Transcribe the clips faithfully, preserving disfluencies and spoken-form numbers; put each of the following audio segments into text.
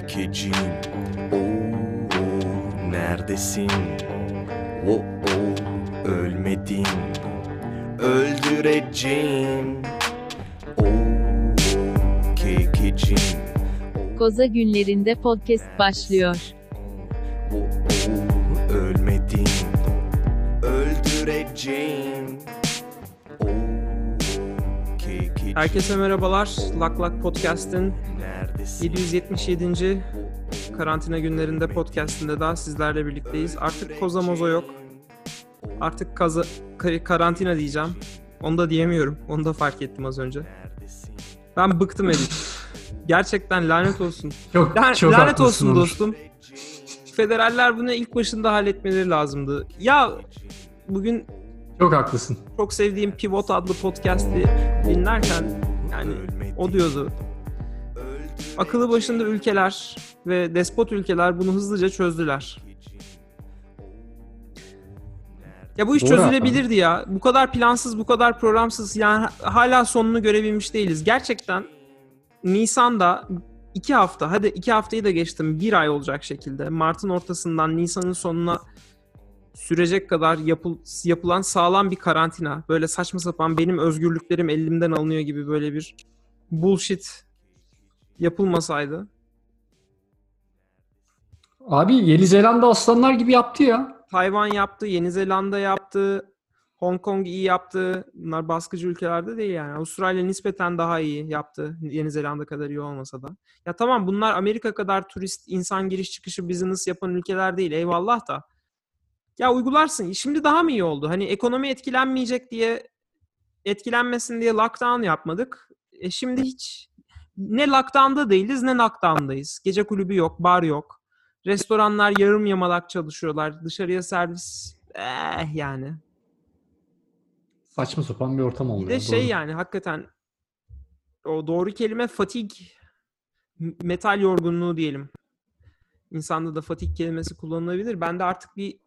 kekecim. Oo, neredesin? Oo, ölmedin. Öldüreceğim. Oo, kekecim. Koza Günlerinde podcast başlıyor. Oo, ölmedin. Öldüreceğim. Oo, kekecim. Herkese merhabalar. Lak Lak Podcast'ın yedi yüz yetmiş yedinci karantina günlerinde podcast'inde daha sizlerle birlikteyiz. Artık koza moza yok. Artık kaza, karantina diyeceğim. Onu da diyemiyorum. Onu da fark ettim az önce. Ben bıktım Edip. Gerçekten lanet olsun. Çok, La- çok lanet olsun Onur. dostum. Federaller bunu ilk başında halletmeleri lazımdı. Ya bugün Çok haklısın. çok sevdiğim Pivot adlı podcast'i dinlerken yani o diyordu. Akıllı başında ülkeler ve despot ülkeler bunu hızlıca çözdüler. Ya bu iş Doğru çözülebilirdi ya. Bu kadar plansız, bu kadar programsız yani hala sonunu görebilmiş değiliz. Gerçekten Nisan'da iki hafta, hadi iki haftayı da geçtim, bir ay olacak şekilde Mart'ın ortasından Nisan'ın sonuna sürecek kadar yapıl, yapılan sağlam bir karantina. Böyle saçma sapan benim özgürlüklerim elimden alınıyor gibi böyle bir bullshit yapılmasaydı. Abi Yeni Zelanda aslanlar gibi yaptı ya. Tayvan yaptı, Yeni Zelanda yaptı, Hong Kong iyi yaptı. Bunlar baskıcı ülkelerde değil yani. Avustralya nispeten daha iyi yaptı. Yeni Zelanda kadar iyi olmasa da. Ya tamam bunlar Amerika kadar turist, insan giriş çıkışı business yapan ülkeler değil. Eyvallah da. Ya uygularsın. Şimdi daha mı iyi oldu? Hani ekonomi etkilenmeyecek diye, etkilenmesin diye lockdown yapmadık. E şimdi hiç ne lockdown'da değiliz ne knockdown'dayız. Gece kulübü yok, bar yok. Restoranlar yarım yamalak çalışıyorlar. Dışarıya servis eh yani. Saçma sapan bir ortam oldu. Bir de ya, şey doğru. yani hakikaten o doğru kelime fatigue, metal yorgunluğu diyelim. İnsanda da fatigue kelimesi kullanılabilir. Ben de artık bir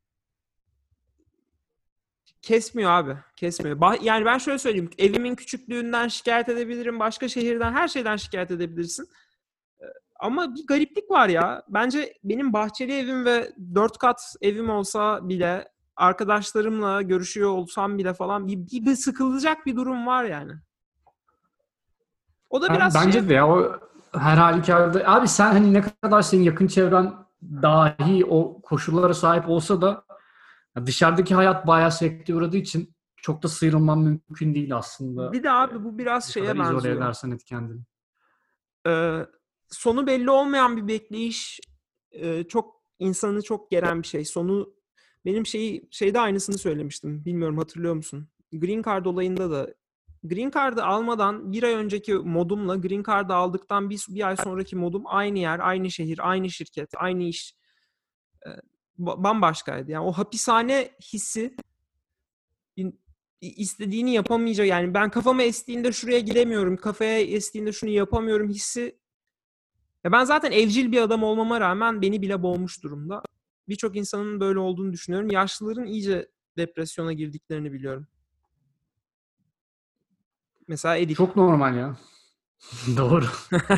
kesmiyor abi. Kesmiyor. Bah- yani ben şöyle söyleyeyim. Evimin küçüklüğünden şikayet edebilirim. Başka şehirden, her şeyden şikayet edebilirsin. Ama bir gariplik var ya. Bence benim bahçeli evim ve dört kat evim olsa bile, arkadaşlarımla görüşüyor olsam bile falan bir, bir, bir sıkılacak bir durum var yani. O da Ben- biraz bence şey... de ya o her halükarda. Abi sen hani ne kadar senin yakın çevren dahi o koşullara sahip olsa da dışarıdaki hayat bayağı sekteye uğradığı için çok da sıyrılman mümkün değil aslında. Bir de abi bu biraz Ne şeye kadar izole benziyor. edersen et kendini. Ee, sonu belli olmayan bir bekleyiş e, çok insanı çok geren bir şey. Sonu benim şeyi şeyde aynısını söylemiştim. Bilmiyorum hatırlıyor musun? Green Card olayında da Green Card'ı almadan bir ay önceki modumla Green Card'ı aldıktan bir, bir ay sonraki modum aynı yer, aynı şehir, aynı şirket, aynı iş. Ee, ba- bambaşkaydı. Yani o hapishane hissi in- istediğini yapamayacak. Yani ben kafama estiğinde şuraya gidemiyorum, kafaya estiğinde şunu yapamıyorum hissi. Ya ben zaten evcil bir adam olmama rağmen beni bile boğmuş durumda. Birçok insanın böyle olduğunu düşünüyorum. Yaşlıların iyice depresyona girdiklerini biliyorum. Mesela Edip. Çok normal ya. Doğru.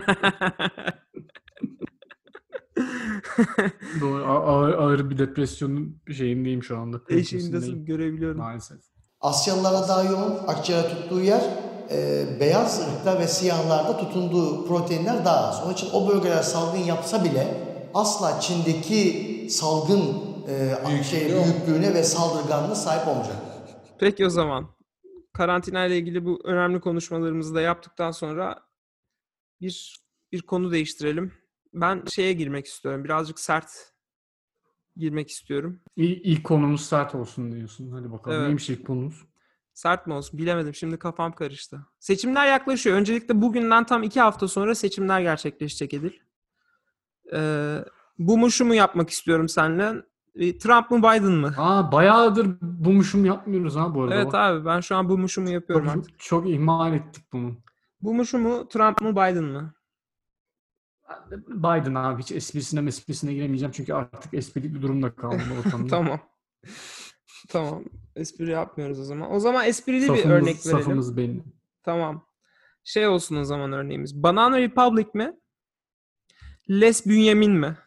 Doğru. A- Ağır, ağır bir depresyonun şeyindeyim şu anda. Eşiğindesin, pençesindeyim. görebiliyorum. Maalesef. Asyalılara daha yoğun akciğer tuttuğu yer, e, beyaz ırklar ve siyahlarda tutunduğu proteinler daha az. Onun için o bölgeler salgın yapsa bile asla Çin'deki salgın e, şey, büyüklüğüne ve saldırganlığına sahip olmayacak. Peki o zaman. Karantina ile ilgili bu önemli konuşmalarımızı da yaptıktan sonra bir bir konu değiştirelim. Ben şeye girmek istiyorum. Birazcık sert girmek istiyorum. İlk, ilk konumuz sert olsun diyorsun. Hadi bakalım. Evet. Neymiş ilk konumuz? Sert mi olsun? Bilemedim. Şimdi kafam karıştı. Seçimler yaklaşıyor. Öncelikle bugünden tam iki hafta sonra seçimler gerçekleşecek Edil. Ee, bu mu şu mu yapmak istiyorum seninle? Ee, Trump mı Biden mı? Aa bayağıdır bumuşum yapmıyoruz ha bu arada. Evet abi ben şu an bu mu şu mu yapıyorum çok, artık. çok ihmal ettik bunu. Bu mu şu mu? Trump mı Biden mı? Biden abi hiç esprisine mesprisine giremeyeceğim çünkü artık esprilik bir durumda kaldı ortamda. Tamam. Tamam. Espri yapmıyoruz o zaman. O zaman esprili safımız, bir örnek verelim. Safımız belli. Tamam. Şey olsun o zaman örneğimiz. Banana Republic mi? Les Bünyamin mi?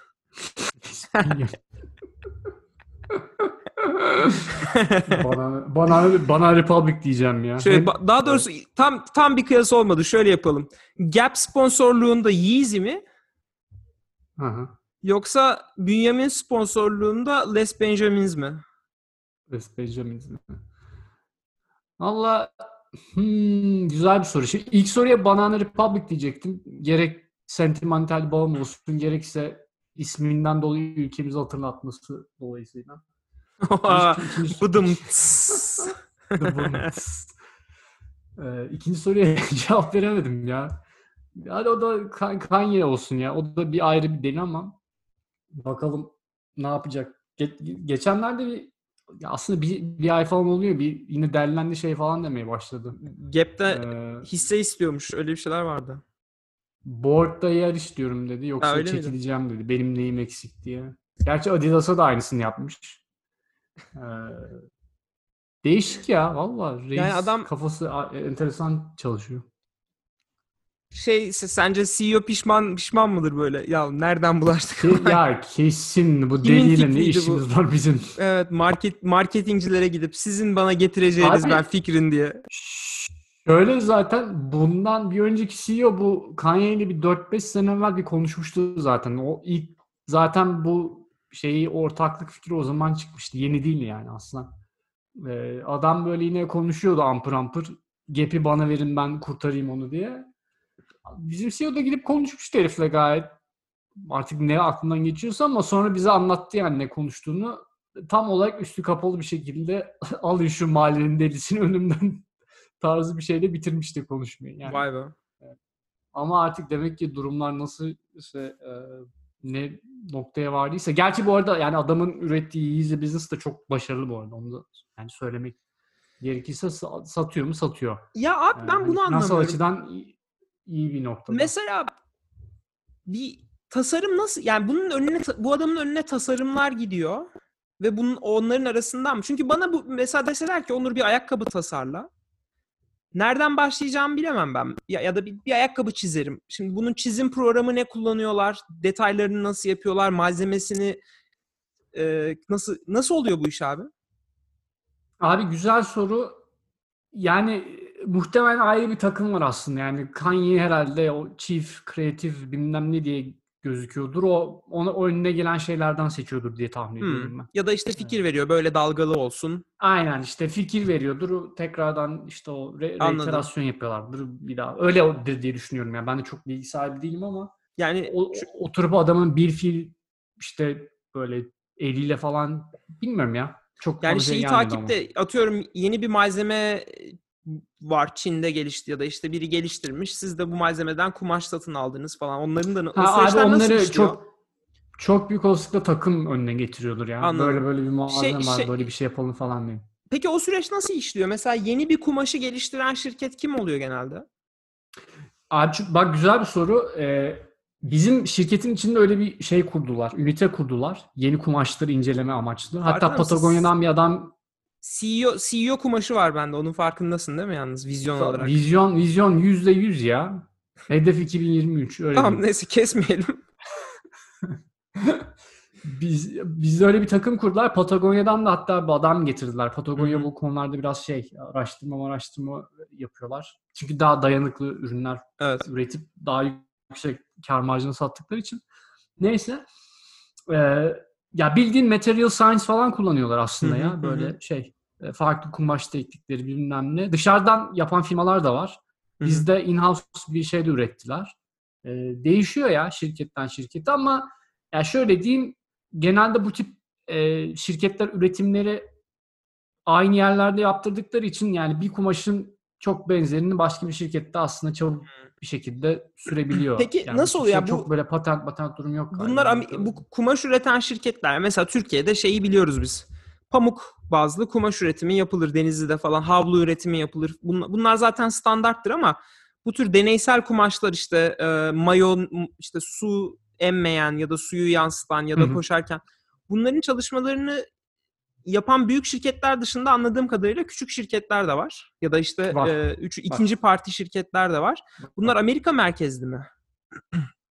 bana, bana, bana Republic diyeceğim ya. Şöyle, Hem- ba- daha doğrusu tam tam bir kıyas olmadı. Şöyle yapalım. Gap sponsorluğunda Yeezy mi? Hı hı. Yoksa Bünyamin sponsorluğunda Les Benjamins mi? Les Benjamins mi? Valla hmm, güzel bir soru. Şimdi ilk soruya Banana Republic diyecektim. Gerek sentimental bağım olsun, gerekse isminden dolayı ülkemizi hatırlatması dolayısıyla. İkinci- Bıdım. Ee, ikinci soruya cevap veremedim ya. Hadi o da Ka- Kanye olsun ya. O da bir ayrı bir deli ama bakalım ne yapacak. Ge- geçenlerde bir ya aslında bir, bir ay falan oluyor. Bir yine derlendi şey falan demeye başladı. Gap'te Ee, hisse istiyormuş. Öyle bir şeyler vardı. Board'da yer istiyorum dedi. Yoksa Ha, öyle miydi? çekileceğim dedi. Benim neyim eksik diye. Gerçi Adidas'a da aynısını yapmış. Ee, değişik ya. Valla reis Yani adam- kafası a- enteresan çalışıyor. Şey se- sence C E O pişman pişman mıdır böyle? Ya nereden bulaştık? Ke- ya kesin bu Kimin deliyle ne fikriydi işimiz bu? var bizim? Evet, market marketingcilere gidip sizin bana getireceğiniz Abi- ben fikrin diye. Şöyle zaten bundan bir önceki C E O bu Kanye ile bir dört beş sene evvel bir konuşmuştu zaten. O ilk zaten bu şeyi ortaklık fikri o zaman çıkmıştı. Yeni değil yani aslında. Ee, adam böyle yine konuşuyordu ampır ampır. Gap'i bana verin ben kurtarayım onu diye. Bizim C E O da gidip konuşmuştu herifle gayet. Artık ne aklından geçiyorsa ama sonra bize anlattı yani ne konuştuğunu. Tam olarak üstü kapalı bir şekilde alın şu mahallenin delisini önümden tarzı bir şeyle bitirmişti konuşmayı. Yani. Vay be. Ama artık demek ki durumlar nasıl işte, e, ne noktaya vardıysa. Gerçi bu arada yani adamın ürettiği Yeezy Business da çok başarılı bu arada. Onu da yani söylemek gerekirse sa- satıyor mu? Satıyor. Ya abi Yani ben hani bunu finansal anlamıyorum. açıdan iyi, iyi bir noktada. Mesela bir tasarım nasıl, yani bunun önüne bu adamın önüne tasarımlar gidiyor ve bunun onların arasından mı? Çünkü bana bu mesela deseler ki Onur bir ayakkabı tasarla. Nereden başlayacağımı bilemem ben. Ya, ya da bir, bir ayakkabı çizerim. Şimdi bunun çizim programı ne kullanıyorlar? Detaylarını nasıl yapıyorlar? Malzemesini e, nasıl nasıl oluyor bu iş abi? Abi güzel soru. Yani e, muhtemelen ayrı bir takım var aslında. Yani Kanye herhalde o Chief Creative bilmem ne diye gözüküyordur. O ona o önüne gelen şeylerden seçiyordur diye tahmin Hmm. ediyorum ben. Ya da işte fikir veriyor. Böyle dalgalı olsun. Aynen işte fikir veriyordur. Tekrardan işte o re- Anladım. reiterasyon yapıyorlardır bir daha. Öyle odur diye düşünüyorum. Yani ben de çok bilgi sahibi değilim ama Yani o, oturup adamın bir fil işte böyle eliyle falan bilmiyorum ya. Çok Yani bana şey şeyi gelmedi ama. takipte atıyorum, yeni bir malzeme var Çin'de gelişti ya da işte biri geliştirmiş. Siz de bu malzemeden kumaş satın aldınız falan. Onların da o Ha, abi süreçler nasıl onları işliyor? çok çok büyük olasılıkla takım önüne getiriyordur ya. Anladım. Böyle böyle bir malzeme Şey- var, şey- böyle bir şey yapalım falan diye. Peki o süreç nasıl işliyor? Mesela yeni bir kumaşı geliştiren şirket kim oluyor genelde? Abi şu- bak güzel bir soru. Ee, bizim şirketin içinde öyle bir şey kurdular. Ünite kurdular. Yeni kumaşları inceleme amaçlı. Hatta Farkında mısın? Patagonya'dan bir adam C E O, C E O kumaşı var bende. Onun farkındasın değil mi yalnız vizyon olarak? vizyon vizyon yüzde yüz ya. Hedef iki bin yirmi üç öyle Tamam diyeyim. neyse kesmeyelim. Biz biz öyle bir takım kurdular. Patagonya'dan da hatta bir adam getirdiler. Patagonya Hı hı. bu konularda biraz şey araştırma araştırma yapıyorlar. Çünkü daha dayanıklı ürünler Evet. üretip daha yüksek kar marjını sattıkları için. Neyse. Ee, ya bildiğin material science falan kullanıyorlar aslında Hı hı, ya. hı Böyle hı. şey e, farklı kumaş teknikleri bilmem ne. Dışarıdan yapan firmalar da var. Hı hı. Bizde in-house bir şey de ürettiler. Ee, değişiyor ya şirketten şirkete ama ya şöyle diyeyim, genelde bu tip e, şirketler üretimleri aynı yerlerde yaptırdıkları için yani bir kumaşın çok benzerini başka bir şirkette aslında çabuk bir şekilde sürebiliyor. Peki yani nasıl bu oluyor? şey Bu- çok böyle patent patent durum yok galiba. Bunlar Ami- bu kumaş üreten şirketler, mesela Türkiye'de şeyi biliyoruz biz. Pamuk bazlı kumaş üretimi yapılır Denizli'de falan, havlu üretimi yapılır. Bunlar, bunlar zaten standarttır ama bu tür deneysel kumaşlar işte e, mayo, işte su emmeyen ya da suyu yansıtan ya da Hı hı. koşarken bunların çalışmalarını yapan büyük şirketler dışında anladığım kadarıyla küçük şirketler de var. Ya da işte Var. e, üç, ikinci parti şirketler de var. Bunlar Amerika merkezli mi?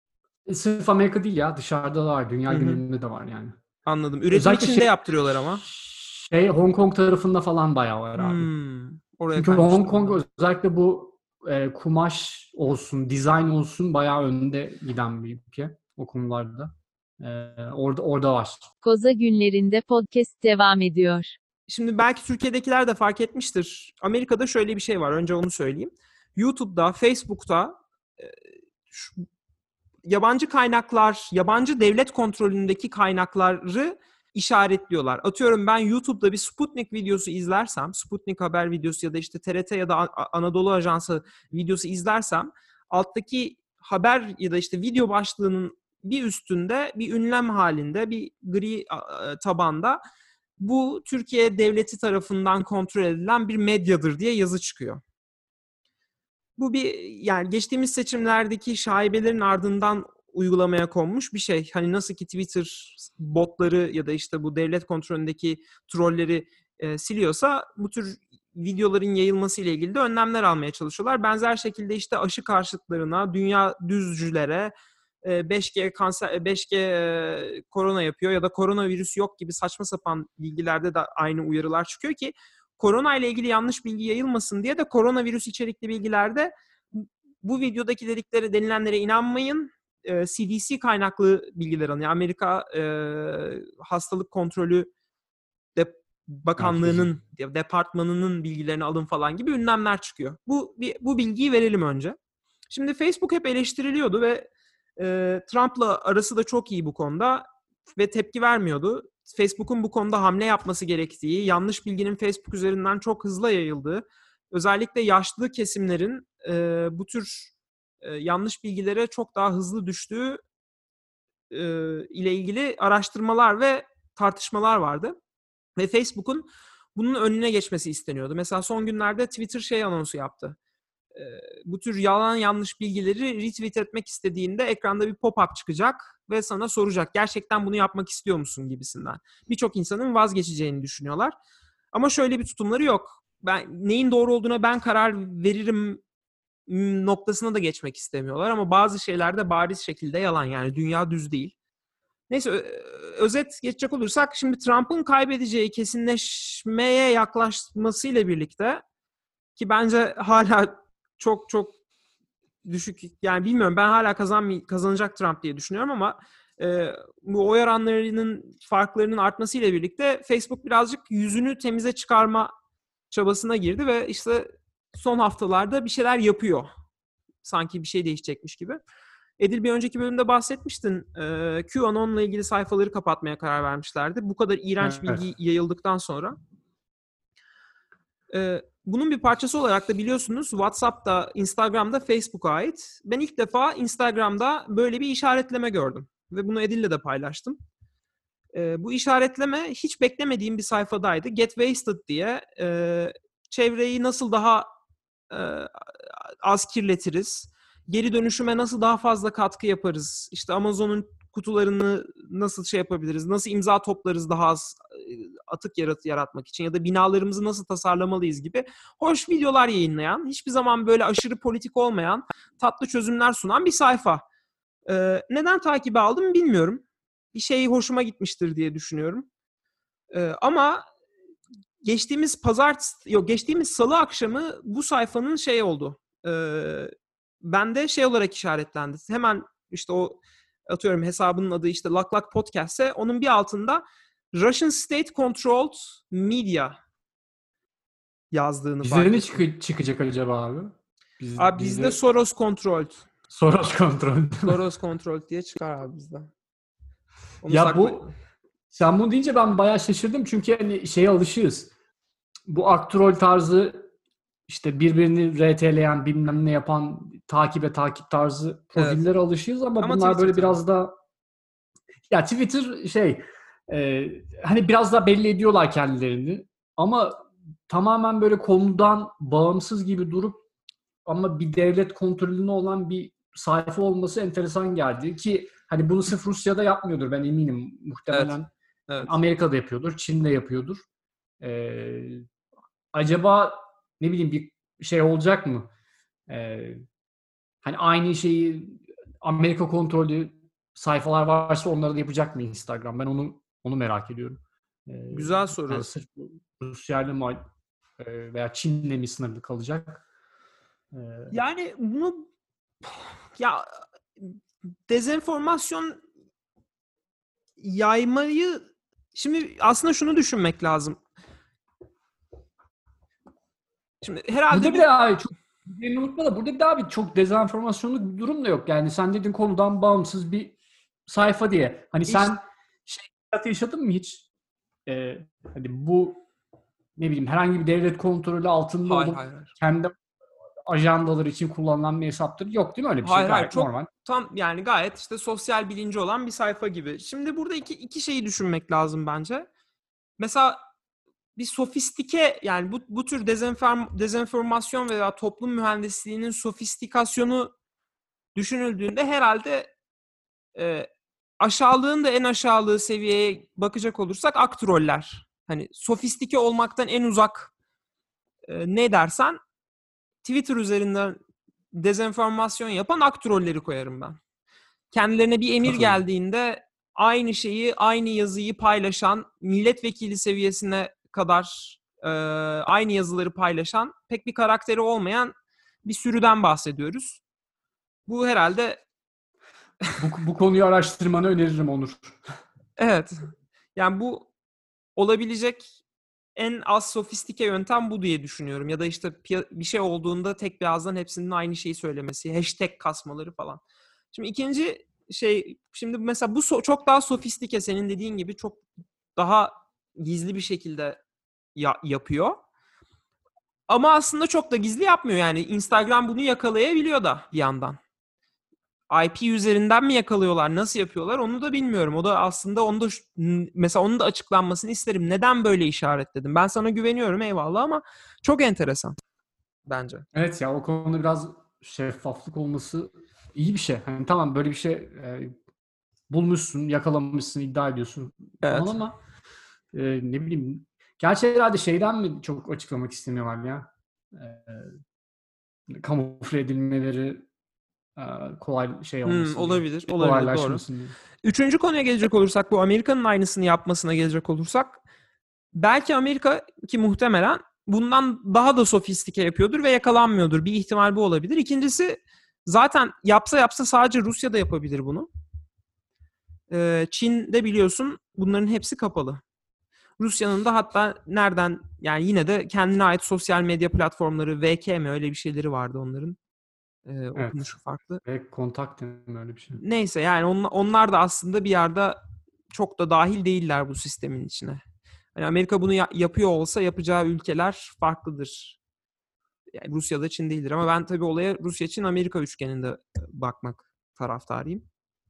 E, Sırf Amerika değil ya, dışarıda da var. Dünya Hı hı. genelinde de var yani. Anladım. Üretim Özellikle içinde şey, yaptırıyorlar ama. şey Hong Kong tarafında falan bayağı var abi. Hmm, oraya Çünkü Hong kaymıştım Kong ben. özellikle bu e, kumaş olsun, dizayn olsun bayağı önde giden bir ülke o konularda. E, orada orada var. Koza günlerinde podcast devam ediyor. Şimdi belki Türkiye'dekiler de fark etmiştir. Amerika'da şöyle bir şey var. Önce onu söyleyeyim. YouTube'da, Facebook'ta e, şu, yabancı kaynaklar, yabancı devlet kontrolündeki kaynakları işaretliyorlar. Atıyorum ben YouTube'da bir Sputnik videosu izlersem, Sputnik haber videosu ya da işte T R T ya da Anadolu Ajansı videosu izlersem, alttaki haber ya da işte video başlığının bir üstünde bir ünlem halinde bir gri tabanda bu Türkiye devleti tarafından kontrol edilen bir medyadır diye yazı çıkıyor. Bu bir yani geçtiğimiz seçimlerdeki şaibelerin ardından uygulamaya konmuş bir şey. Hani nasıl ki Twitter botları ya da işte bu devlet kontrolündeki trolleri e, siliyorsa bu tür videoların yayılması ile ilgili de önlemler almaya çalışıyorlar. Benzer şekilde işte aşı karşıtlarına, dünya düzcülere, beş G kanser, beş G e, korona yapıyor ya da koronavirüs yok gibi saçma sapan bilgilerde de aynı uyarılar çıkıyor ki korona ile ilgili yanlış bilgi yayılmasın diye de koronavirüs içerikli bilgilerde bu videodaki dedikleri denilenlere inanmayın. E, C D C kaynaklı bilgiler alın. Yani Amerika e, Hastalık Kontrolü de, Bakanlığı'nın, Merkezi. departmanının bilgilerini alın falan gibi ünlemler çıkıyor. Bu bir, bu bilgiyi verelim önce. Şimdi Facebook hep eleştiriliyordu ve e, Trump'la arası da çok iyi bu konuda ve tepki vermiyordu. Facebook'un bu konuda hamle yapması gerektiği, yanlış bilginin Facebook üzerinden çok hızlı yayıldığı, özellikle yaşlı kesimlerin e, bu tür e, yanlış bilgilere çok daha hızlı düştüğü e, ile ilgili araştırmalar ve tartışmalar vardı. Ve Facebook'un bunun önüne geçmesi isteniyordu. Mesela son günlerde Twitter şey anonsu yaptı. E, bu tür yalan yanlış bilgileri retweet etmek istediğinde ekranda bir pop-up çıkacak ve sana soracak gerçekten bunu yapmak istiyor musun gibisinden. Birçok insanın vazgeçeceğini düşünüyorlar. Ama şöyle bir tutumları yok. Ben neyin doğru olduğuna ben karar veririm noktasına da geçmek istemiyorlar ama bazı şeyler de bariz şekilde yalan, yani dünya düz değil. Neyse özet geçecek olursak şimdi Trump'ın kaybedeceği kesinleşmeye yaklaşmasıyla birlikte ki bence hala çok çok düşük, yani bilmiyorum, ben hala kazan kazanacak Trump diye düşünüyorum ama e, bu oy oranlarının farklarının artmasıyla birlikte Facebook birazcık yüzünü temize çıkarma çabasına girdi ve işte son haftalarda bir şeyler yapıyor. Sanki bir şey değişecekmiş gibi. Edil bir önceki bölümde bahsetmiştin. E, QAnon'la ilgili sayfaları kapatmaya karar vermişlerdi. Bu kadar iğrenç Evet. bilgi yayıldıktan sonra. E, bunun bir parçası olarak da biliyorsunuz WhatsApp'ta, Instagram'da Facebook'a ait. Ben ilk defa Instagram'da böyle bir işaretleme gördüm. Ve bunu Edil'le de paylaştım. E, bu işaretleme hiç beklemediğim bir sayfadaydı. Get Wasted diye e, çevreyi nasıl daha e, az kirletiriz, geri dönüşüme nasıl daha fazla katkı yaparız, İşte Amazon'un kutularını nasıl şey yapabiliriz, nasıl imza toplarız daha az atık yarat yaratmak için ya da binalarımızı nasıl tasarlamalıyız gibi hoş videolar yayınlayan, hiçbir zaman böyle aşırı politik olmayan, tatlı çözümler sunan bir sayfa. Ee, neden takibe aldım bilmiyorum. Bir şey hoşuma gitmiştir diye düşünüyorum. Ee, ama geçtiğimiz pazar yok geçtiğimiz salı akşamı bu sayfanın şey oldu. Ee, bende şey olarak işaretlendi. Hemen işte o atıyorum hesabının adı işte Lak Lak Podcast'se onun bir altında Russian State Controlled Media yazdığını Bizde fark ne ettim. çık- çıkacak acaba abi? Biz, Abi bizde bizde Soros Controlled. Soros kontrol. Soros Controlled diye çıkar abi bizde. Onu Ya sakla- bu sen bunu deyince ben bayağı şaşırdım çünkü hani şeye alışığız. Bu aktrol tarzı işte birbirini R T'leyen bilmem ne yapan takibe takip tarzı profillere Evet. alışığız ama, Ama bunlar Twitter böyle biraz da ya Twitter şey e, hani biraz daha belli ediyorlar kendilerini ama tamamen böyle konudan bağımsız gibi durup ama bir devlet kontrolünde olan bir sayfa olması enteresan geldi ki hani bunu sırf Rusya'da yapmıyordur ben eminim muhtemelen. Evet. Evet. Amerika'da yapıyordur, Çin'de yapıyordur. Ee, acaba ne bileyim bir şey olacak mı? Ee, hani aynı şeyi Amerika kontrollü sayfalar varsa onları da yapacak mı Instagram? Ben onu onu merak ediyorum. Ee, Güzel soru. Yani sırf Rusya'yla mı e, veya Çin'le mi sınırlı kalacak? Ee, Yani bunu ya dezenformasyon yaymayı şimdi aslında şunu düşünmek lazım. Şimdi herhalde burada bu... bir de abi çok birini unutma da burada bir daha bir çok dezenformasyonlu bir durum da yok. Yani sen dedin konudan bağımsız bir sayfa diye. Hani İşte... sen şey yaşadın mı hiç? Ee, hani bu ne bileyim herhangi bir devlet kontrolü altında hayır, olup hayır, hayır. kendi ajandaları için kullanılan bir hesaptır. Yok değil mi öyle bir şey? Hayır, Gayet hayır, çok normal. tam yani gayet işte sosyal bilinci olan bir sayfa gibi. Şimdi burada iki iki şeyi düşünmek lazım bence. Mesela bir sofistike yani bu bu tür dezenform, dezenformasyon veya toplum mühendisliğinin sofistikasyonu düşünüldüğünde herhalde e, aşağılığın da en aşağılığı seviyeye bakacak olursak aktroller. Hani sofistike olmaktan en uzak e, ne dersen Twitter üzerinden dezenformasyon yapan aktrolleri koyarım ben. Kendilerine bir emir geldiğinde aynı şeyi, aynı yazıyı paylaşan, milletvekili seviyesine kadar e, aynı yazıları paylaşan, pek bir karakteri olmayan bir sürüden bahsediyoruz. Bu herhalde... bu, bu konuyu araştırmanı öneririm Onur. Evet. Yani bu olabilecek en az sofistike yöntem bu diye düşünüyorum. Ya da işte bir şey olduğunda tek bir ağızdan hepsinin aynı şeyi söylemesi, hashtag kasmaları falan. Şimdi ikinci şey, şimdi mesela bu so- çok daha sofistike, senin dediğin gibi çok daha gizli bir şekilde ya- yapıyor. Ama aslında çok da gizli yapmıyor yani. Instagram bunu yakalayabiliyor da bir yandan. I P üzerinden mi yakalıyorlar, nasıl yapıyorlar onu da bilmiyorum. O da aslında onu da mesela onun da açıklanmasını isterim. Neden böyle işaretledim? Ben sana güveniyorum eyvallah ama çok enteresan bence. Evet ya o konuda biraz şeffaflık olması iyi bir şey. Hani tamam böyle bir şey e, bulmuşsun, yakalamışsın, iddia ediyorsun falan Evet. ama e, ne bileyim gerçi herhalde şeyden mi çok açıklamak istemiyorlar ya? E, kamufle edilmeleri e, kolay şey olmasın Hmm, olabilir, diye. olabilir, doğru. Kolaylaşmasın diye. Üçüncü konuya gelecek olursak, bu Amerika'nın aynısını yapmasına gelecek olursak, belki Amerika ki muhtemelen bundan daha da sofistike yapıyordur ve yakalanmıyordur. Bir ihtimal bu olabilir. İkincisi, zaten yapsa yapsa sadece Rusya da yapabilir bunu. Ee, Çin'de biliyorsun bunların hepsi kapalı. Rusya'nın da hatta nereden yani yine de kendine ait sosyal medya platformları, V K mi öyle bir şeyleri vardı onların. Ee, okunuşu Evet. farklı. Ve kontak mi öyle bir şey. Neyse yani on, onlar da aslında bir yerde çok da dahil değiller bu sistemin içine. Yani Amerika bunu ya- yapıyor olsa yapacağı ülkeler farklıdır. Yani Rusya da Çin değildir ama ben tabii olaya Rusya, Çin, Amerika üçgeninde bakmak taraftarıyım.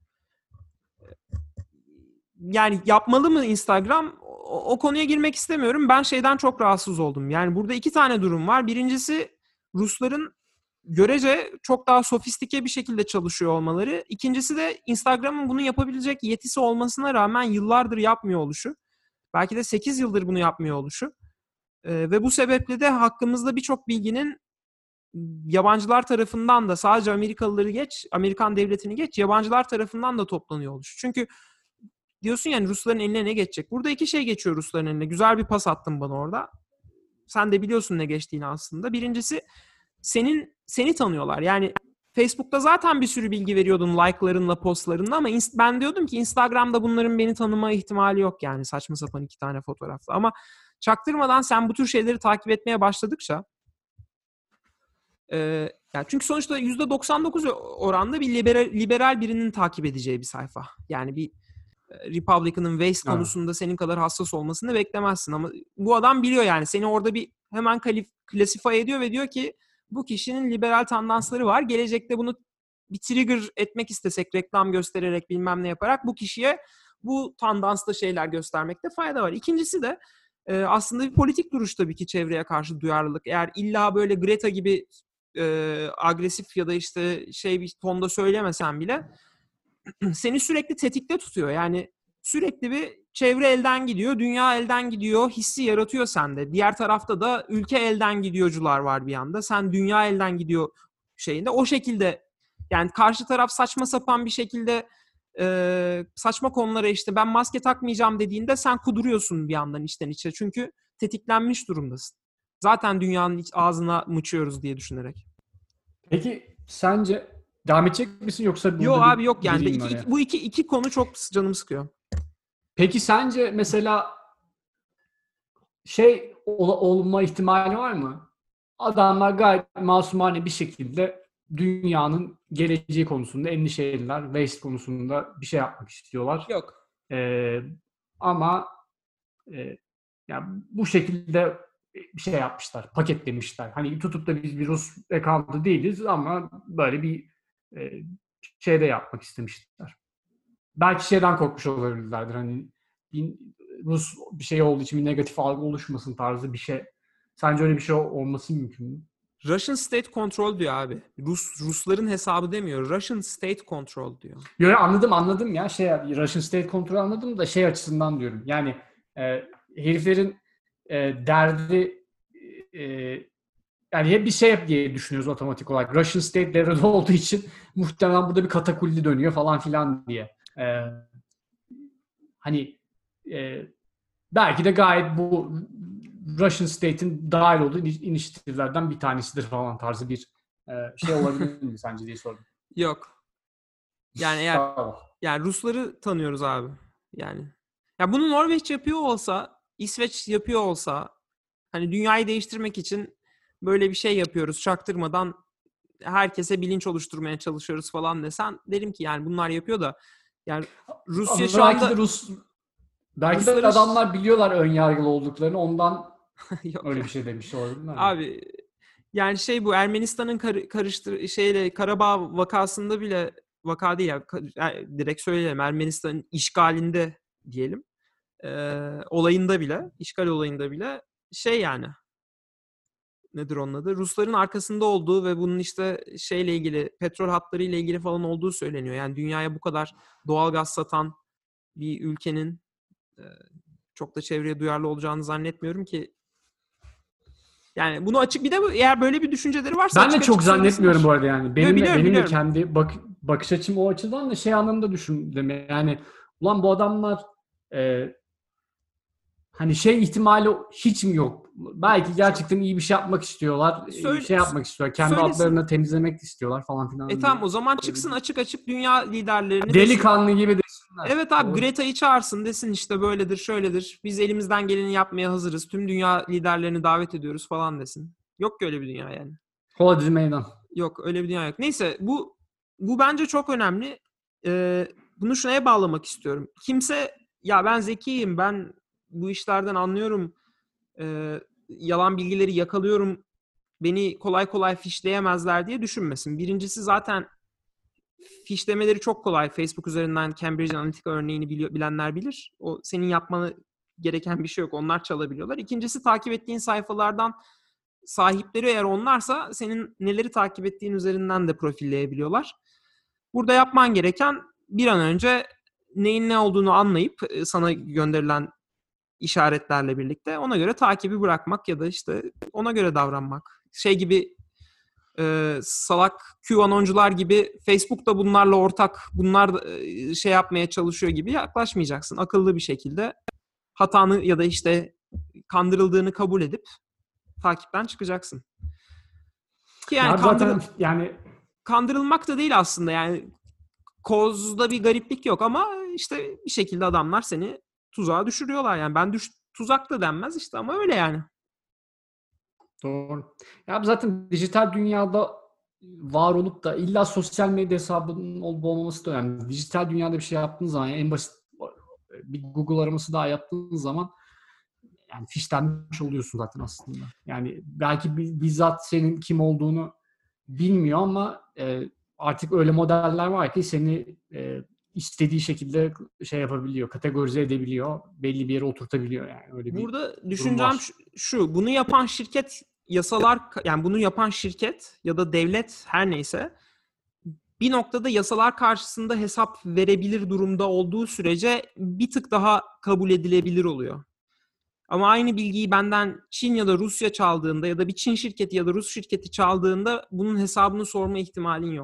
Yani yapmalı mı Instagram? O, o konuya girmek istemiyorum. Ben şeyden çok rahatsız oldum. Yani burada iki tane durum var. Birincisi Rusların görece çok daha sofistike bir şekilde çalışıyor olmaları. İkincisi de Instagram'ın bunu yapabilecek yetisi olmasına rağmen yıllardır yapmıyor oluşu. Belki de sekiz yıldır bunu yapmıyor oluşu. Ee, ve bu sebeple de hakkımızda birçok bilginin yabancılar tarafından da, sadece Amerikalıları geç, Amerikan devletini geç, yabancılar tarafından da toplanıyor oluşu. Çünkü diyorsun yani Rusların eline ne geçecek? Burada iki şey geçiyor Rusların eline. Güzel bir pas attın bana orada. Sen de biliyorsun ne geçtiğini aslında. Birincisi, senin seni tanıyorlar. Yani Facebook'ta zaten bir sürü bilgi veriyordun like'larınla, postlarınla ama ben diyordum ki Instagram'da bunların beni tanıma ihtimali yok yani saçma sapan iki tane fotoğrafla. Ama çaktırmadan sen bu tür şeyleri takip etmeye başladıkça e, yani çünkü sonuçta yüzde doksan dokuz oranda bir liberal, liberal birinin takip edeceği bir sayfa. Yani bir Republican'ın Waze konusunda evet, senin kadar hassas olmasını beklemezsin ama bu adam biliyor yani seni orada bir hemen klasify ediyor ve diyor ki bu kişinin liberal tandansları var. Gelecekte bunu bir trigger etmek istesek reklam göstererek bilmem ne yaparak bu kişiye bu tandanslı şeyler göstermekte fayda var. İkincisi de e, aslında bir politik duruş tabii ki çevreye karşı duyarlılık. Eğer illa böyle Greta gibi e, agresif ya da işte şey bir tonda söylemesen bile seni sürekli tetikte tutuyor. Yani sürekli bir çevre elden gidiyor, dünya elden gidiyor, hissi yaratıyor sende. Diğer tarafta da ülke elden gidiyorcular var bir yanda. Sen dünya elden gidiyor şeyinde. O şekilde Yani karşı taraf saçma sapan bir şekilde e, saçma konulara işte ben maske takmayacağım dediğinde sen kuduruyorsun bir yandan içten içe. Çünkü tetiklenmiş durumdasın. Zaten dünyanın iç- ağzına mıçıyoruz diye düşünerek. Peki sence devam edecek misin yoksa burada Yok bir abi yok yani. gireyim mi İki, araya? iki- bu iki, iki konu çok canımı sıkıyor. Peki sence mesela şey ol- olma ihtimali var mı? Adamlar gayet masumane bir şekilde dünyanın geleceği konusunda endişeliler. Waste konusunda bir şey yapmak istiyorlar. Yok. Ee, ama e, yani bu şekilde bir şey yapmışlar, paketlemişler. Hani tutup da biz bir Rus account'u değiliz ama böyle bir e, şeyde yapmak istemişler. Belki şeyden korkmuş olabilirlerdir. Hani bir Rus bir şey olduğu için bir negatif algı oluşmasın tarzı bir şey. Sence öyle bir şey olması mümkün mü? Russian State Control diyor abi. Rus Rusların hesabı demiyor. Russian State Control diyor. Yo, yo, anladım anladım ya. Şey Russian State Control anladım da şey açısından diyorum. Yani e, heriflerin e, derdi e, yani hep bir şey yap diye düşünüyoruz otomatik olarak. Russian State devrede olduğu için muhtemelen burada bir katakulli dönüyor falan filan diye. E, hani e, belki de gayet bu Russian State'in dahil olduğu inisiyatiflerden bir tanesidir falan tarzı bir e, şey olabilir mi sence diye sordum. Yok. Yani eğer Tamam. yani Rusları tanıyoruz abi. Yani ya bunu Norveç yapıyor olsa, İsveç yapıyor olsa hani dünyayı değiştirmek için böyle bir şey yapıyoruz. Çaktırmadan herkese bilinç oluşturmaya çalışıyoruz falan desen derim ki yani bunlar yapıyor da yani Rusya Ama şu belki anda de Rus belki Rusların- de adamlar biliyorlar ön yargılı olduklarını ondan yok. öyle bir şey demiş olabilirler mi? Abi yani şey bu Ermenistan'ın kar- karıştır şeyle Karabağ vakasında bile vaka değil ya ka- yani direkt söyleyelim Ermenistan'ın işgalinde diyelim. Ee, olayında bile işgal olayında bile şey yani nedir onun adı? Rusların arkasında olduğu ve bunun işte şeyle ilgili petrol hatları ile ilgili falan olduğu söyleniyor. Yani dünyaya bu kadar doğal gaz satan bir ülkenin e, çok da çevreye duyarlı olacağını zannetmiyorum ki. Yani bunu açık bir de eğer böyle bir düşünceleri varsa Ben de açık çok açık zannetmiyorum söylesinler. bu arada yani. Benim de, biliyorum, benim de biliyorum. kendi bak, bakış açım o açıdan da şey anlamda düşündüm. Yani ulan bu adamlar e, hani şey ihtimali hiç mi yok? Belki gerçekten iyi bir şey yapmak istiyorlar. Söyle- şey yapmak istiyorlar. Kendi söylesin. adlarını temizlemek istiyorlar falan filan. E tamam o zaman çıksın açık açık dünya liderlerini desin. Delikanlı gibi desinler. Evet abi Doğru. Greta'yı çağırsın desin işte böyledir şöyledir. Biz elimizden geleni yapmaya hazırız. Tüm dünya liderlerini davet ediyoruz falan desin. Yok ki öyle bir dünya yani. Hodri meydan. Yok öyle bir dünya yok. Neyse bu bu bence çok önemli. Ee, bunu şuraya bağlamak istiyorum. Kimse ya ben zekiyim ben bu işlerden anlıyorum. Ee, yalan bilgileri yakalıyorum. Beni kolay kolay fişleyemezler diye düşünmesin. Birincisi zaten fişlemeleri çok kolay. Facebook üzerinden Cambridge Analytica örneğini biliyor, bilenler bilir. O senin yapmanı gereken bir şey yok. Onlar çalabiliyorlar. İkincisi takip ettiğin sayfalardan sahipleri eğer onlarsa senin neleri takip ettiğin üzerinden de profilleyebiliyorlar. Burada yapman gereken bir an önce neyin ne olduğunu anlayıp sana gönderilen işaretlerle birlikte ona göre takibi bırakmak ya da işte ona göre davranmak. Şey gibi e, salak QAnoncular gibi Facebook da bunlarla ortak, bunlar e, şey yapmaya çalışıyor gibi yaklaşmayacaksın. Akıllı bir şekilde hatanı ya da işte kandırıldığını kabul edip takipten çıkacaksın. Ki yani Ya kandır- zaten yani kandırılmak da değil aslında yani kozda bir gariplik yok ama işte bir şekilde adamlar seni tuzağa düşürüyorlar yani ben düş tuzak da denmez işte ama öyle yani. doğru. Ya zaten dijital dünyada var olup da illa sosyal medya hesabının olup olmaması da önemli. Dijital dünyada bir şey yaptığın zaman yani en basit bir Google araması daha yaptığın zaman yani fişlenmiş oluyorsun zaten aslında. Yani belki bizzat senin kim olduğunu bilmiyor ama e, artık öyle modeller var ki seni e, istediği şekilde şey yapabiliyor, kategorize edebiliyor, belli bir yere oturtabiliyor yani. Öyle bir Burada düşüncem var. şu, şu, bunu yapan şirket yasalar yani bunu yapan şirket ya da devlet her neyse bir noktada yasalar karşısında hesap verebilir durumda olduğu sürece bir tık daha kabul edilebilir oluyor. Ama aynı bilgiyi benden Çin ya da Rusya çaldığında ya da bir Çin şirketi ya da Rus şirketi çaldığında bunun hesabını sorma ihtimalin yok.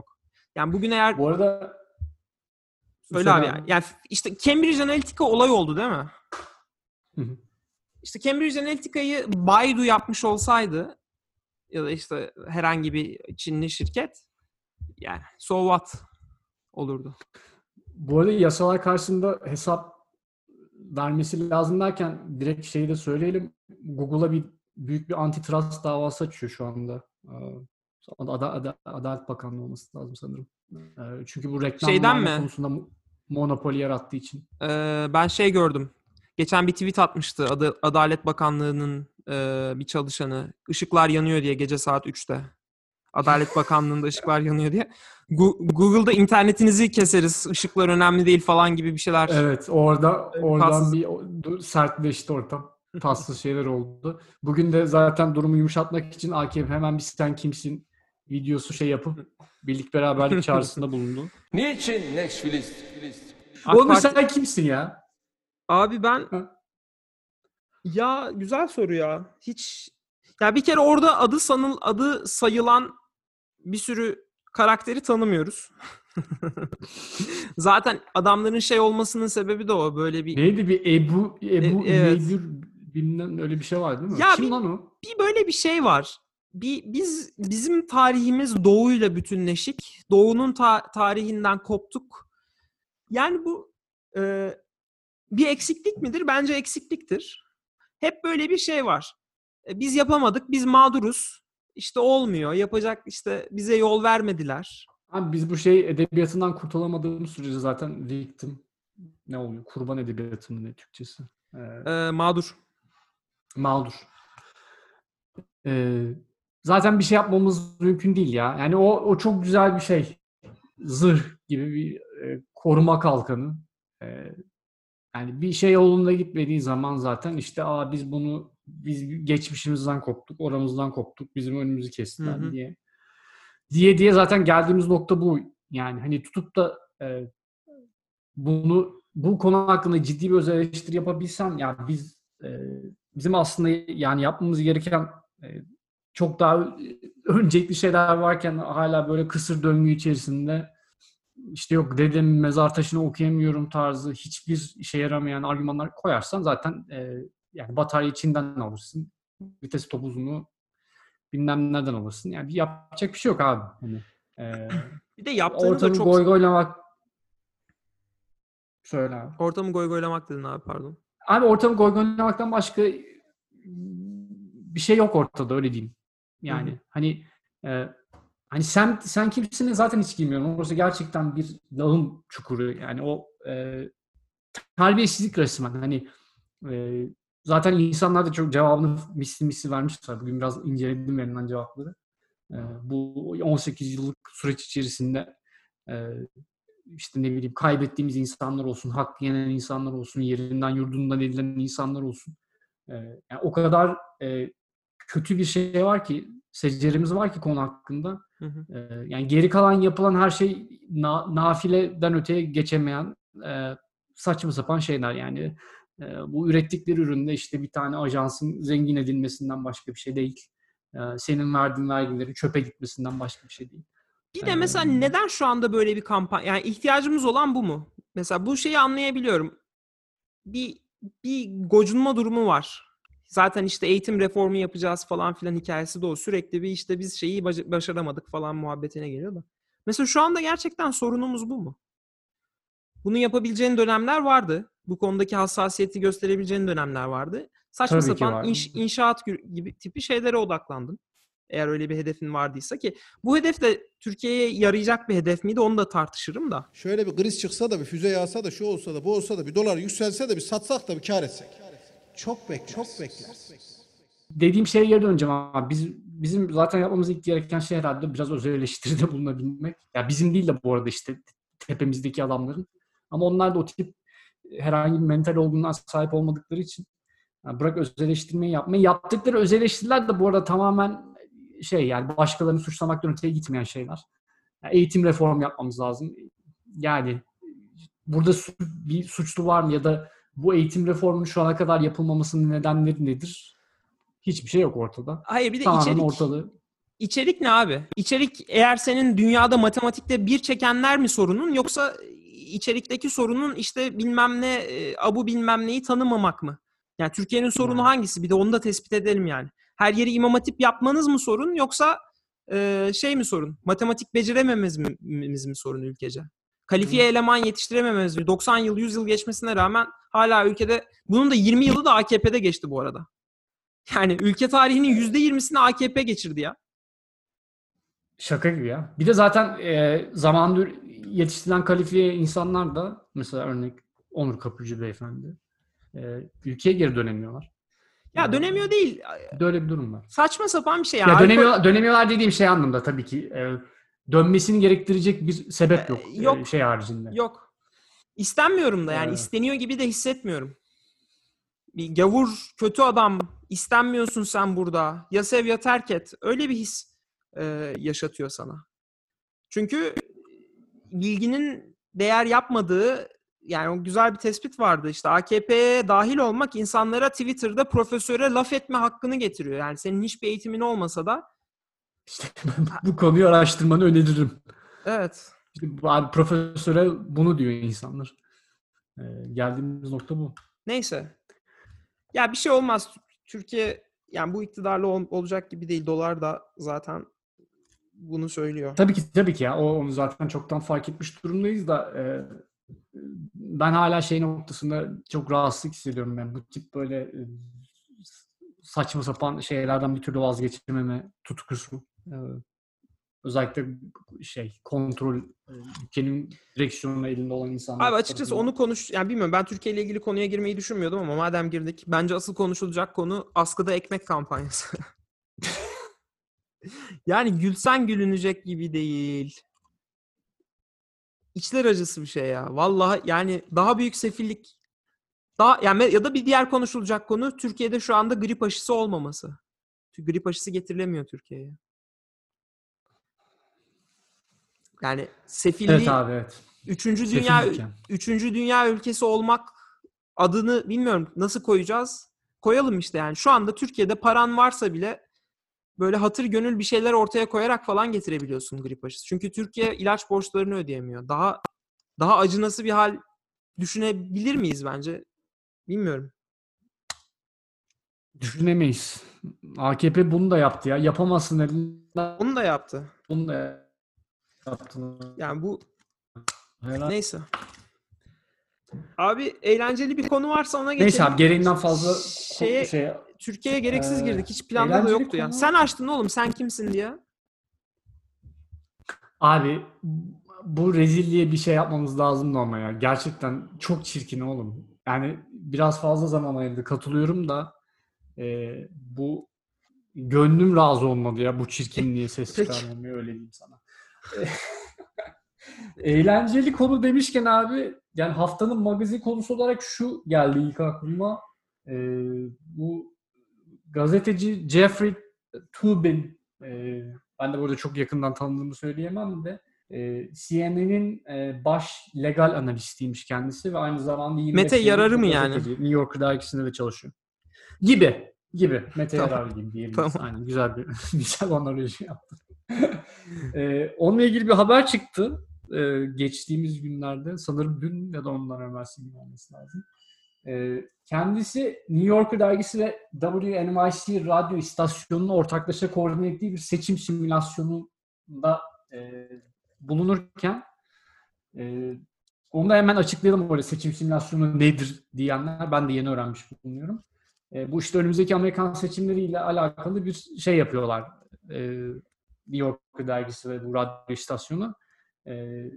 Yani bugün eğer Bu arada söyle abi yani, yani işte Cambridge Analytica olay oldu değil mi? Hı hı. İşte Cambridge Analytica'yı Baidu yapmış olsaydı ya da işte herhangi bir Çinli şirket, yani so what olurdu. Bu arada yasalar karşısında hesap vermesi lazım derken direkt şeyi de söyleyelim. Google'a bir büyük bir antitrust davası açıyor şu anda. Ada, Ada, Adalet Bakanlığı olması lazım sanırım. Çünkü bu reklam Şeyden verme mi? konusunda monopoli yarattığı için. Ee, ben şey gördüm. Geçen bir tweet atmıştı Ad- Adalet Bakanlığı'nın e, bir çalışanı. Işıklar yanıyor diye gece saat üçte. Adalet Bakanlığı'nda ışıklar yanıyor diye. Gu- Google'da internetinizi keseriz, ışıklar önemli değil falan gibi bir şeyler. Evet, orada oradan Tatsız. bir o- sertleşti ortam. Tatsız şeyler oldu. Bugün de zaten durumu yumuşatmak için A K P hemen bir sen kimsin videosu şey yapıp birlik beraberlik çağrısında bulundu. Niçin Next Filist? Filist? AK Oğlum Parti- sen kimsin ya? Abi ben Ha. ya güzel soru ya. Hiç ya bir kere orada adı sanıl adı sayılan bir sürü karakteri tanımıyoruz. Zaten adamların şey olmasının sebebi de o, böyle bir Neydi bir Ebu Ebu E- evet. Üveydür bilmem öyle bir şey var değil mi? Ya Kim bir- lan o? bir böyle bir şey var. Bir biz bizim tarihimiz Doğu'yla bütünleşik. Doğu'nun ta- tarihinden koptuk. Yani bu e, bir eksiklik midir? Bence eksikliktir. Hep böyle bir şey var. E, biz yapamadık, biz mağduruz. İşte olmuyor, yapacak, işte bize yol vermediler. Abi biz bu şey edebiyatından kurtulamadığımız sürece zaten victim ne oluyor? Kurban edebiyatı mı ne Türkçesi? Ee, E, mağdur. mağdur. Ee, zaten bir şey yapmamız mümkün değil ya. Yani o o çok güzel bir şey. Zırh gibi bir e, koruma kalkanı. Ee, yani bir şey yolunda gitmediği zaman zaten işte aa biz bunu biz geçmişimizden koptuk, oramızdan koptuk, bizim önümüzü kestiler Hı hı. diye. Diye diye zaten geldiğimiz nokta bu. Yani hani tutup da e, bunu bu konu hakkında ciddi bir öz eleştiri yapabilsem ya biz e, bizim aslında yani yapmamız gereken e, çok daha öncelikli şeyler varken hala böyle kısır döngü içerisinde işte yok dedemin mezar taşını okuyamıyorum tarzı hiçbir işe yaramayan argümanlar koyarsan zaten e, yani bataryayı Çin'den alırsın. Vites topuzunu bilmem nereden alırsın. Yani yapacak bir şey yok abi. Hani, e, Bir de yaptığını da ortamı çok... goygoylamak söyle abi. Ortamı goygoylamak dedin abi, pardon. Abi ortamı goygoylamaktan başka bir şey yok ortada, öyle diyeyim. Yani Hı hı. hani e, hani sen sen kimsin zaten hiç bilmiyorum. Orası gerçekten bir lağım çukuru. Yani o e, terbiyesizlik resmen. Hani e, zaten insanlar da çok cevabını misli misli vermişler. Bugün biraz inceledim verilen cevapları. E, bu on sekiz yıllık süreç içerisinde e, işte ne bileyim kaybettiğimiz insanlar olsun, hak yenen insanlar olsun, yerinden yurdundan edilen insanlar olsun. E, yani o kadar e, kötü bir şey var ki, seceremiz var ki konu hakkında. Hı hı. E, yani geri kalan yapılan her şey na, nafileden öteye geçemeyen e, saçma sapan şeyler yani. E, bu ürettikleri üründe işte bir tane ajansın zengin edilmesinden başka bir şey değil. E, senin verdiğin vergilerin çöpe gitmesinden başka bir şey değil. Bir de mesela neden şu anda böyle bir kampanya, yani ihtiyacımız olan bu mu? Mesela bu şeyi anlayabiliyorum. Bir bir gocunma durumu var. Zaten işte eğitim reformu yapacağız falan filan hikayesi de o. Sürekli bir işte biz şeyi baş- başaramadık falan muhabbetine geliyor da. Mesela şu anda gerçekten sorunumuz bu mu? Bunu yapabileceğin dönemler vardı. Bu konudaki hassasiyeti gösterebileceğin dönemler vardı. Saçma Tabii ki sapan vardı. inş- inşaat gü- gibi tipi şeylere odaklandın. Eğer öyle bir hedefin vardıysa, ki bu hedef de Türkiye'ye yarayacak bir hedef miydi onu da tartışırım da. Şöyle bir kriz çıksa da bir füze yağsa da şu olsa da bu olsa da bir dolar yükselse de bir satsak da bir kar etsek. Çok bekler. Çok bekler. Dediğim şeye geri döneceğim ama biz bizim zaten yapmamız ilk gereken şey herhalde biraz özel eleştiride bulunabilmek. Ya bizim değil de bu arada işte tepemizdeki adamların. Ama onlar da o tip herhangi bir mental olgunluğa sahip olmadıkları için yani bırak öz eleştirmeyi yapmayı. Yaptıkları öz eleştiriler de bu arada tamamen şey yani başkalarını suçlamaktan öteye gitmeyen şeyler. Yani eğitim reform yapmamız lazım. Yani burada su- bir suçlu var mı ya da bu eğitim reformunun şu ana kadar yapılmamasının nedenleri nedir? Hiçbir şey yok ortada. Hayır, bir de Tamamen içerik. ortalığı. içerik ne abi? İçerik eğer senin dünyada matematikte bir çekenler mi sorunun, yoksa içerikteki sorunun işte bilmem ne e, abu bilmem neyi tanımamak mı? Yani Türkiye'nin sorunu hangisi? Bir de onu da tespit edelim yani. Her yeri İmam Hatip yapmanız mı sorun, yoksa e, şey mi sorun? Matematik beceremememiz mi, mi sorun ülkece? Kalifiye eleman yetiştiremememiz mi? doksan yıl, yüz yıl geçmesine rağmen hala ülkede, bunun da yirmi yılı da A K P'de geçti bu arada. Yani ülke tarihinin yüzde yirmisini A K P geçirdi ya. Şaka gibi ya. Bir de zaten e, zamanında yetiştirilen kalifiye insanlar da, mesela örnek Onur Kapıcı beyefendi, e, ülkeye geri dönemiyorlar. Ya Yani, dönemiyor değil. Bir de öyle bir durum var. Saçma sapan bir şey. Ya Yani. dönemiyor, dönemiyorlar dediğim şey anlamda tabii ki. E, dönmesini gerektirecek bir sebep yok. Yok. E, şey haricinde. Yok. İstenmiyorum da yani. Evet. İsteniyor gibi de hissetmiyorum. Bir gavur, kötü adam, istenmiyorsun sen burada. Ya sev ya terk et. Öyle bir his e, yaşatıyor sana. Çünkü bilginin değer yapmadığı, yani o güzel bir tespit vardı işte, A K P'ye dahil olmak insanlara Twitter'da profesöre laf etme hakkını getiriyor. Yani senin hiçbir eğitimin olmasa da. İşte bu konuyu araştırmanı öneririm. Evet. İşte, abi, profesöre bunu diyor insanlar. Ee, geldiğimiz nokta bu. Neyse. Ya bir şey olmaz. Türkiye yani bu iktidarla ol- olacak gibi değil. Dolar da zaten bunu söylüyor. Tabii ki tabii ki ya. O, onu zaten çoktan fark etmiş durumdayız da e, ben hala şey noktasında çok rahatsızlık hissediyorum ben. Bu tip böyle e, saçma sapan şeylerden bir türlü vazgeçememe tutkusu. E, özellikle şey kontrol, e, ülkenin direksiyonunu elinde olan insanlar. Abi açıkçası onu konuş, yani bilmiyorum, ben Türkiye ile ilgili konuya girmeyi düşünmüyordum ama madem girdik, bence asıl konuşulacak konu askıda ekmek kampanyası. Yani gülsen gülünecek gibi değil. İçler acısı bir şey ya. Vallahi yani daha büyük sefillik, daha yani, ya da bir diğer konuşulacak konu Türkiye'de şu anda grip aşısı olmaması. Çünkü grip aşısı getirilemiyor Türkiye'ye. Yani sefilliği, evet abi evet. Üçüncü dünya Sefillik yani. üçüncü dünya ülkesi olmak adını bilmiyorum nasıl koyacağız. Koyalım işte yani. Şu anda Türkiye'de paran varsa bile böyle hatır gönül bir şeyler ortaya koyarak falan getirebiliyorsun grip aşısı. Çünkü Türkiye ilaç borçlarını ödeyemiyor. Daha daha acınası bir hal düşünebilir miyiz bence? Bilmiyorum. Düşünemeyiz. A K P bunu da yaptı ya. Yapamazsın elinden. Onu da yaptı. Bunu da yaptı. Yani bu Helal. neyse. Abi eğlenceli bir konu varsa ona geçelim. Neyse abi, gereğinden fazla Şeye, şey, Türkiye'ye gereksiz Ee, girdik. Hiç planda da eğlenceli yoktu ya. konu- Sen açtın oğlum. Sen kimsin diye. abi bu rezilliğe bir şey yapmamız lazım ama ya. Gerçekten çok çirkin oğlum. Yani biraz fazla zaman ayırdı. Katılıyorum da e, bu gönlüm razı olmadı ya bu çirkinliğe ses Peki. çıkarmamaya, öyle diyeyim sana. Eğlenceli konu demişken abi, yani haftanın magazin konusu olarak şu geldi ilk aklıma. E, bu gazeteci Jeffrey Toobin, e, ben de burada çok yakından tanıdığımı söyleyemem de e, C N N'in e, baş legal analistiymiş kendisi ve aynı zamanda yirmi Mete beş Yararı yıllık mı bir yani? gazeteci. New Yorker dergisinde de çalışıyor. Gibi. Gibi. Mete Tamam. Yararı gibi diyelim. Tamam. Aynen. Güzel bir güzel analoji yaptım. e, onunla ilgili bir haber çıktı. E, geçtiğimiz günlerde. Sanırım dün ya da ondan evvelsi gün olması lazım. E, kendisi New Yorker dergisi ve W N Y C radyo istasyonunu ortaklaşa koordine ettiği bir seçim simülasyonunda e, bulunurken e, onu da hemen açıklayalım, böyle seçim simülasyonu nedir diyenler, ben de yeni öğrenmiş bulunuyorum. E, bu işte önümüzdeki Amerikan seçimleriyle alakalı bir şey yapıyorlar. E, New Yorker dergisi ve bu radyo istasyonu. E,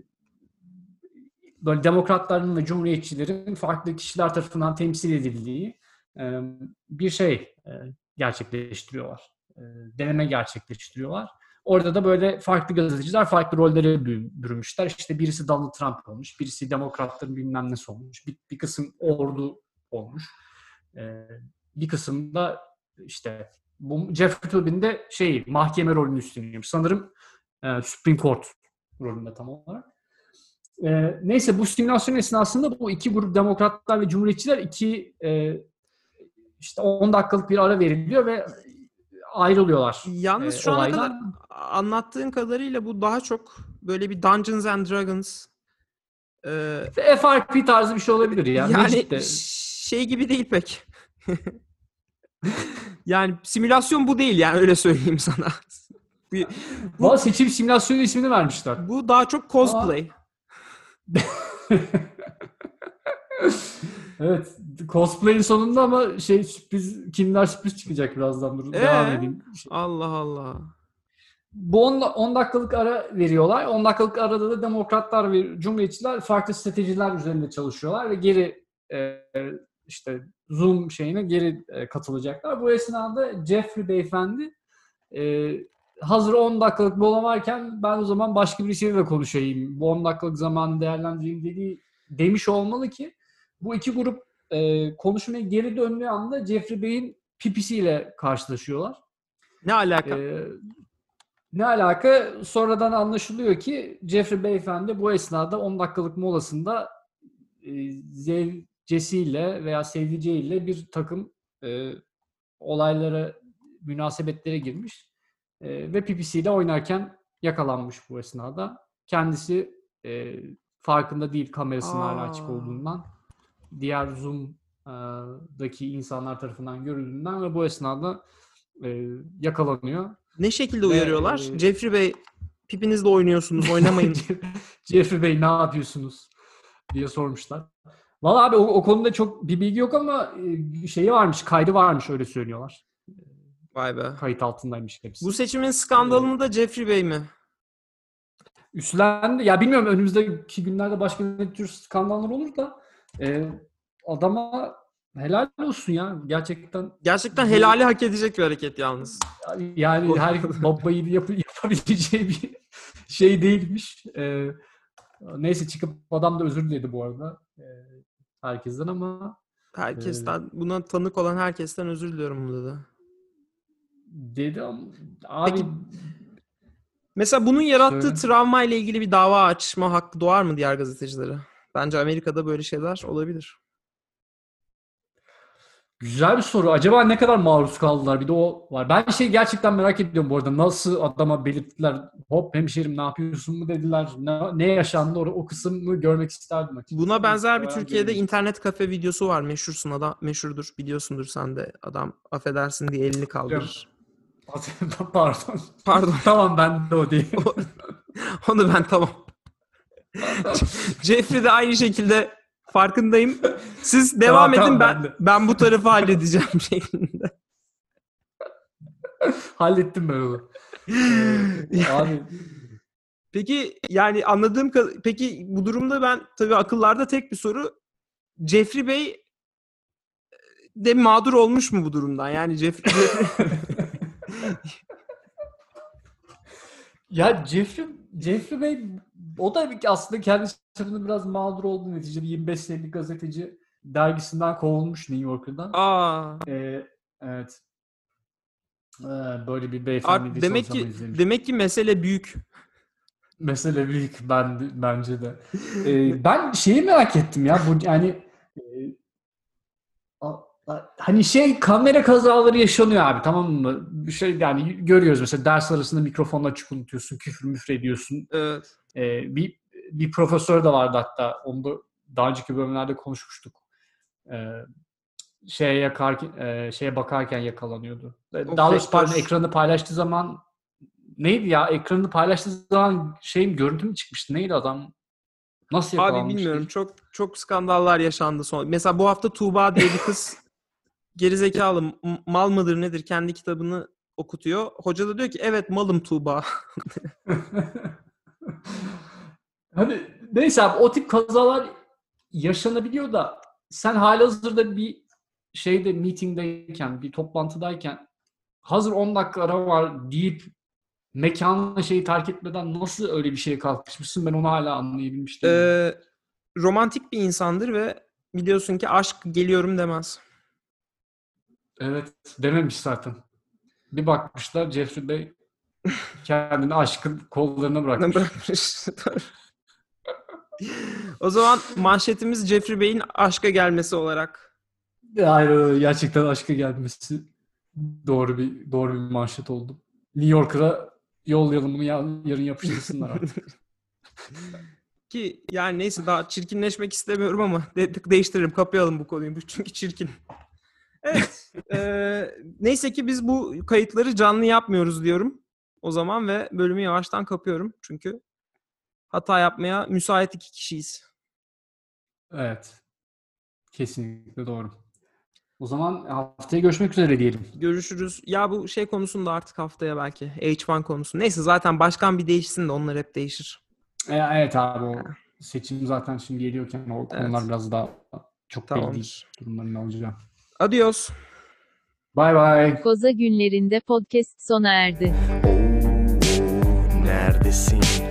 böyle demokratların ve cumhuriyetçilerin farklı kişiler tarafından temsil edildiği e, bir şey e, gerçekleştiriyorlar. E, deneme gerçekleştiriyorlar. Orada da böyle farklı gazeteciler farklı rollere bürünmüşler. İşte birisi Donald Trump olmuş, birisi demokratların bilmem nesi olmuş, bir, bir kısım ordu olmuş. E, bir kısım da işte bu Jeffrey Toobin de şey, mahkeme rolünü üstleniyormuş. Sanırım e, Supreme Court rolünde tam olarak. E, neyse, bu simülasyon esnasında bu iki grup, demokratlar ve cumhuriyetçiler, iki e, işte on dakikalık bir ara veriliyor ve ayrılıyorlar. Yalnız e, şu ana olaydan. kadar anlattığın kadarıyla bu daha çok böyle bir Dungeons and Dragons e, F R P tarzı bir şey olabilir ya. yani Magic'te. şey gibi değil pek. Yani simülasyon bu değil yani öyle söyleyeyim sana. Bir- bu, Valla seçim simülasyonu ismini vermişler. bu daha çok cosplay. Evet. Cosplay'in sonunda ama şey sürpriz, kimler sürpriz çıkacak birazdan. Dur, devam Ee? edeyim. Allah Allah. Bu on dakikalık ara veriyorlar. on dakikalık arada da demokratlar ve cumhuriyetçiler farklı stratejiler üzerinde çalışıyorlar ve geri e, işte Zoom şeyine geri e, katılacaklar. Bu esnada Jeffrey beyefendi e, hazır on dakikalık mola varken ben o zaman başka birisiyle de konuşayım. Bu on dakikalık zamanı değerlendireyim dediği demiş olmalı ki bu iki grup e, konuşmaya geri döndüğü anda Jeffrey Bey'in pipisiyle karşılaşıyorlar. Ne alaka? E, Ne alaka? Sonradan anlaşılıyor ki Jeffrey beyefendi bu esnada on dakikalık molasında e, zevcesiyle veya sevdiceğiyle bir takım e, olaylara, münasebetlere girmiş e, ve pipisiyle oynarken yakalanmış bu esnada. Kendisi e, farkında değil kamerasının hala açık Aa. olduğundan. Diğer Zoom'daki insanlar tarafından görüldüğünden ve bu esnada e, yakalanıyor. Ne şekilde Ve, uyarıyorlar? e, Jeffrey Bey pipinizle oynuyorsunuz, oynamayın. Jeffrey Bey ne yapıyorsunuz diye sormuşlar. Valla abi o, o konuda çok bir bilgi yok ama e, şeyi varmış, kaydı varmış öyle söylüyorlar. Vay be. Kayıt altındaymış hepsi. Bu seçimin skandalını da Jeffrey Bey mi? Üstlendi. Ya bilmiyorum önümüzdeki günlerde başka ne tür skandallar olur da e, adama helal olsun ya gerçekten. Gerçekten helali hak edecek bir hareket yalnız. Yani her babayı yap- yapabileceği bir şey değilmiş. E, neyse çıkıp adam da özür diledi bu arada. E, herkesten ama Herkesten, buna tanık olan herkesten özür diliyorum burada da. dedi ama abi Peki, mesela bunun yarattığı Söyle. travma ile ilgili bir dava açma hakkı doğar mı diğer gazetecilere? Bence Amerika'da böyle şeyler olabilir. güzel bir soru. Acaba ne kadar maruz kaldılar? Bir de o var. Ben şey gerçekten merak ediyorum bu arada. Nasıl adama belirttiler? Hop hemşerim ne yapıyorsun mu dediler. Ne, ne yaşandı orada? O kısmı görmek isterdim açıkçası. Buna benzer bir Muhtemelen Türkiye'de görürüz. internet kafe videosu var. Meşhursun adam, meşhurdur. Biliyorsundur sen de. Adam affedersin diye elini kaldırır. Pardon. Pardon. Tamam ben de o değil. Onu ben tamam. Jeffrey de aynı şekilde farkındayım. Siz devam Tamam, edin, tamam, ben ben de. ben bu tarafı halledeceğim şeklinde. Hallettim ben onu. Ee, abi Peki yani anladığım kad- peki bu durumda ben tabii akıllarda tek bir soru. Jeffrey Bey de mağdur olmuş mu bu durumdan? Yani Jeffrey, Jeffrey... ya Jeffrey, Jeffrey Bey o da aslında kendi çapında biraz mağdur oldu neticede. yirmi beş senelik gazeteci dergisinden kovulmuş New Yorker'dan. Aa. Ee, evet. Ee, böyle bir Art, beyefendi demek ki demek ki mesele büyük. Mesele büyük ben bence de. Ee, ben şeyi merak ettim ya bu yani e, a- a- hani şey kamera kazaları yaşanıyor abi tamam mı? Bir şey yani görüyoruz mesela ders arasında mikrofonla açık unutuyorsun, küfür müfür ediyorsun. Evet. Ee, bir bir profesör de vardı hatta onu da daha önceki bölümlerde konuşmuştuk. Ee, şeye yakar e, şeye bakarken yakalanıyordu. O Daha doğrusu vektör- pardon ekranı paylaştığı zaman neydi ya? Ekranı paylaştığı zaman şeyin görüntü mü çıkmıştı? Neydi adam? Nasıl Abi yakalanmıştı? bilmiyorum. Çok çok skandallar yaşandı son. Mesela bu hafta Tuğba diye bir kız gerizekalı m- mal mıdır nedir kendi kitabını okutuyor. Hoca da diyor ki evet malım Tuğba. Hani neyse abi o tip kazalar yaşanabiliyor da sen halihazırda bir şeyde meetingdeyken, bir toplantıdayken hazır on dakika ara var deyip mekanla şeyi terk etmeden nasıl öyle bir şeye kalkışmışsın ben onu hala anlayabilmiş değilim. Ee, romantik bir insandır ve biliyorsun ki aşk geliyorum demez. Evet dememiş zaten. Bir bakmışlar Jeffrey Bey kendini aşkın kollarına bırakmış. Bırakmış. O zaman manşetimiz Jeffrey Bey'in aşka gelmesi olarak. Hayır gerçekten aşka gelmesi Doğru bir doğru bir manşet oldu. New York'a yollayalım bunu, yarın yapıştırsınlar artık. Ki yani neyse, daha çirkinleşmek istemiyorum ama de- değiştiririm, kapayalım bu konuyu. Bu çünkü çirkin. Evet. e, neyse ki biz bu kayıtları canlı yapmıyoruz diyorum o zaman ve bölümü yavaştan kapıyorum. Çünkü hata yapmaya müsait iki kişiyiz. Evet. Kesinlikle doğru. O zaman haftaya görüşmek üzere diyelim. Görüşürüz. Ya bu şey konusunda artık haftaya belki. H bir konusu. Neyse, zaten başkan bir değişsin de onlar hep değişir. E, evet abi, o seçim zaten şimdi geliyorken o konular Evet. biraz daha çok belli değil Tamamdır. durumların ne olacağı. Adios. Bye bye. Koza günlerinde podcast sona erdi. Oo, neredesin?